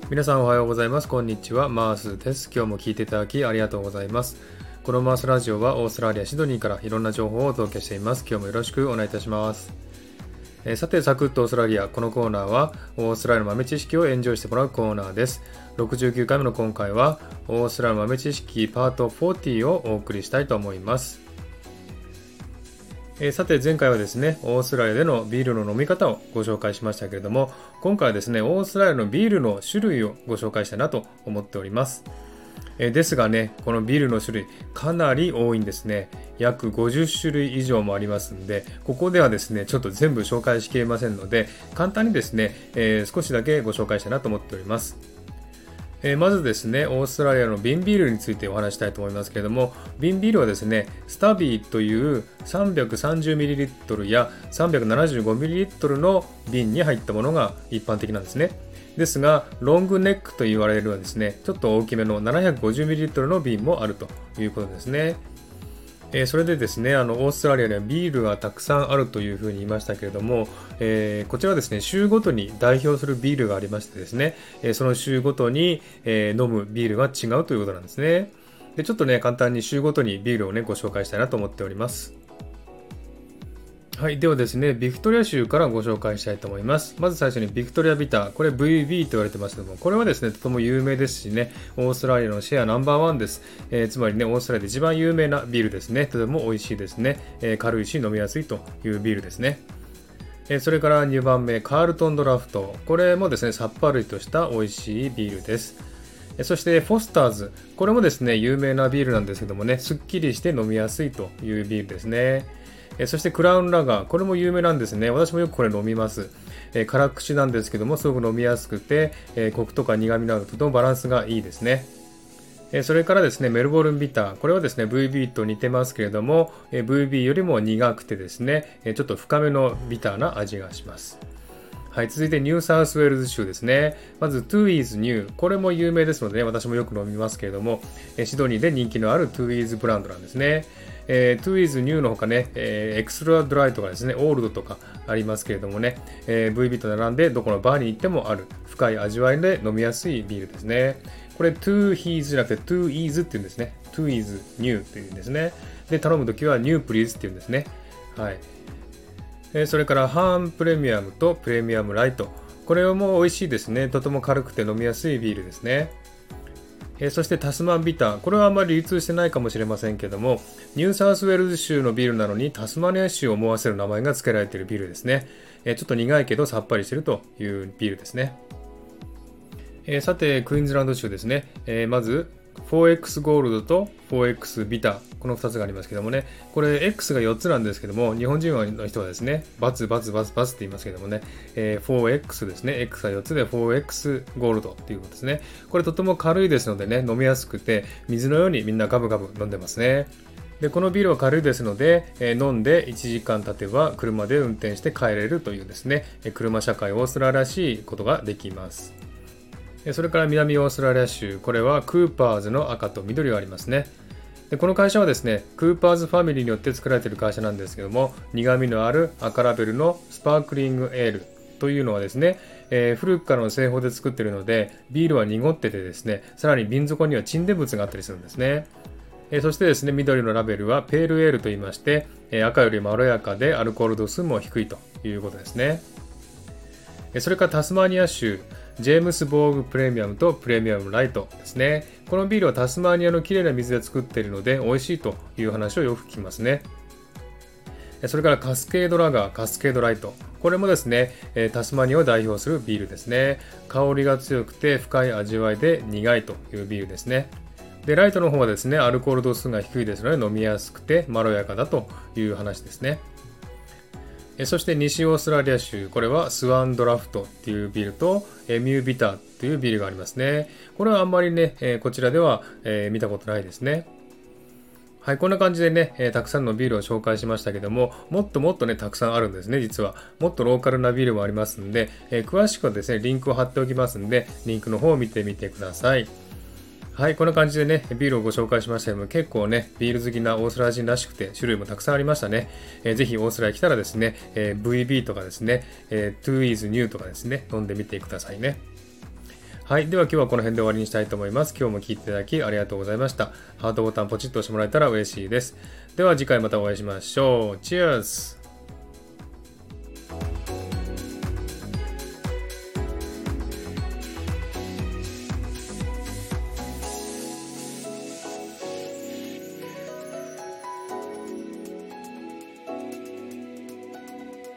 皆さんおはようございます。こんにちは。マースです。今日も聞いていただきありがとうございます。このマースラジオはオーストラリア・シドニーからいろんな情報をお届けしています。今日もよろしくお願いいたします。さて、サクッとオーストラリア。このコーナーはオーストラリアの豆知識をエンジョイしてもらうコーナーです。69回目の今回はオーストラリアの豆知識パート40をお送りしたいと思います。さて前回はですね、オーストラリアでのビールの飲み方をご紹介しましたけれども、今回はですね、オーストラリアのビールの種類をご紹介したいなと思っております。ですがね、このビールの種類かなり多いんですね。約50種類以上もありますんで、ここではですね、ちょっと全部紹介しきれませんので、簡単にですね、少しだけご紹介したいなと思っております。まずですね、オーストラリアの瓶ビールについてお話したいと思いますけれども、瓶ビールはですね、スタビーという 330ml や 375ml の瓶に入ったものが一般的なんですね。ですが、ロングネックと言われるのはですね、ちょっと大きめの 750ml の瓶もあるということですね。それでですね、オーストラリアにはビールがたくさんあるというふうに言いましたけれども、こちらはですね、州ごとに代表するビールがありましてですね、その州ごとに、飲むビールが違うということなんですね。で、ちょっとね、簡単に州ごとにビールをね、ご紹介したいなと思っております。はい。ではですね、ビクトリア州からご紹介したいと思います。まず最初にビクトリアビター。これ VB と言われてますけども、これはですね、とても有名ですしね、オーストラリアのシェアナンバーワンです。つまりね、オーストラリアで一番有名なビールですね。とても美味しいですね。軽いし飲みやすいというビールですね。それから2番目、カールトンドラフト。これもですね、さっぱりとした美味しいビールです。そしてフォスターズ。これもですね、有名なビールなんですけどもね、すっきりして飲みやすいというビールですね。そしてクラウンラガー、これも有名なんですね。私もよくこれ飲みます。辛口なんですけども、すごく飲みやすくて、コクとか苦味などとてもバランスがいいですね。それからですね、メルボルンビター。これはですね、VB と似てますけれども、VB よりも苦くてですね、ちょっと深めのビターな味がします。はい、続いてニューサウスウェールズ州ですね。まず 2is New。これも有名ですので、私もよく飲みますけれども、シドニーで人気のある 2is ブランドなんですね。2is New の他ね、エクストラドライとかですね、オールドとかありますけれどもね、VB と並んでどこのバーに行ってもある深い味わいで飲みやすいビールですね。これ 2is じゃなくて 2is って言うんですね。2is New って言うんですね。で、頼むときは New Please って言うんですね。はい。それからハーンプレミアムとプレミアムライト。これも美味しいですね。とても軽くて飲みやすいビールですね。そしてタスマンビター。これはあまり流通してないかもしれませんけども、ニューサウスウェールズ州のビールなのにタスマニア州を思わせる名前が付けられているビールですね。ちょっと苦いけどさっぱりしているというビールですね。さて、クイーンズランド州ですね。まず、4X ゴールドと 4X ビター。この2つがありますけどもね。これ X が4つなんですけども、日本人の人はですね、バツバツバツバツって言いますけどもね、4X ですね。X が4つで 4X ゴールドっていうことですね。これとても軽いですのでね、飲みやすくて、水のようにみんなガブガブ飲んでますね。で、このビールは軽いですので、飲んで1時間経てば車で運転して帰れるというですね、車社会オーストラリアらしいことができます。それから南オーストラリア州、これはクーパーズの赤と緑がありますね。でこの会社はですね、クーパーズファミリーによって作られている会社なんですけども、苦味のある赤ラベルのスパークリングエールというのはですね、古くからの製法で作っているので、ビールは濁っててですね、さらに瓶底には沈殿物があったりするんですね。そしてですね、緑のラベルはペールエールと言いまして、赤よりまろやかでアルコール度数も低いということですね。それからタスマニア州、ジェームスボーグプレミアムとプレミアムライトですね。このビールはタスマニアのきれいな水で作っているので美味しいという話をよく聞きますね。それからカスケードラガー、カスケードライト。これもですね、タスマニアを代表するビールですね。香りが強くて深い味わいで苦いというビールですね。で、ライトの方はですね、アルコール度数が低いですので飲みやすくてまろやかだという話ですね。そして西オーストラリア州、これはスワンドラフトっていうビールとミュービターっていうビールがありますね。これはあんまりね、こちらでは見たことないですね。はい、こんな感じでね、たくさんのビールを紹介しましたけども、もっともっとね、たくさんあるんですね、実は。もっとローカルなビールもありますんで、詳しくはですね、リンクを貼っておきますんで、リンクの方を見てみてください。はい、こんな感じでね、ビールをご紹介しましたけども、結構ね、ビール好きなオーストラリア人らしくて、種類もたくさんありましたね。ぜひオーストラリア来たらですね、VB とかですね、2is New とかですね、飲んでみてくださいね。 はい。では今日はこの辺で終わりにしたいと思います。今日も聞いていただきありがとうございました。ハートボタンポチッと押してもらえたら嬉しいです。では次回またお会いしましょう。チェアーズ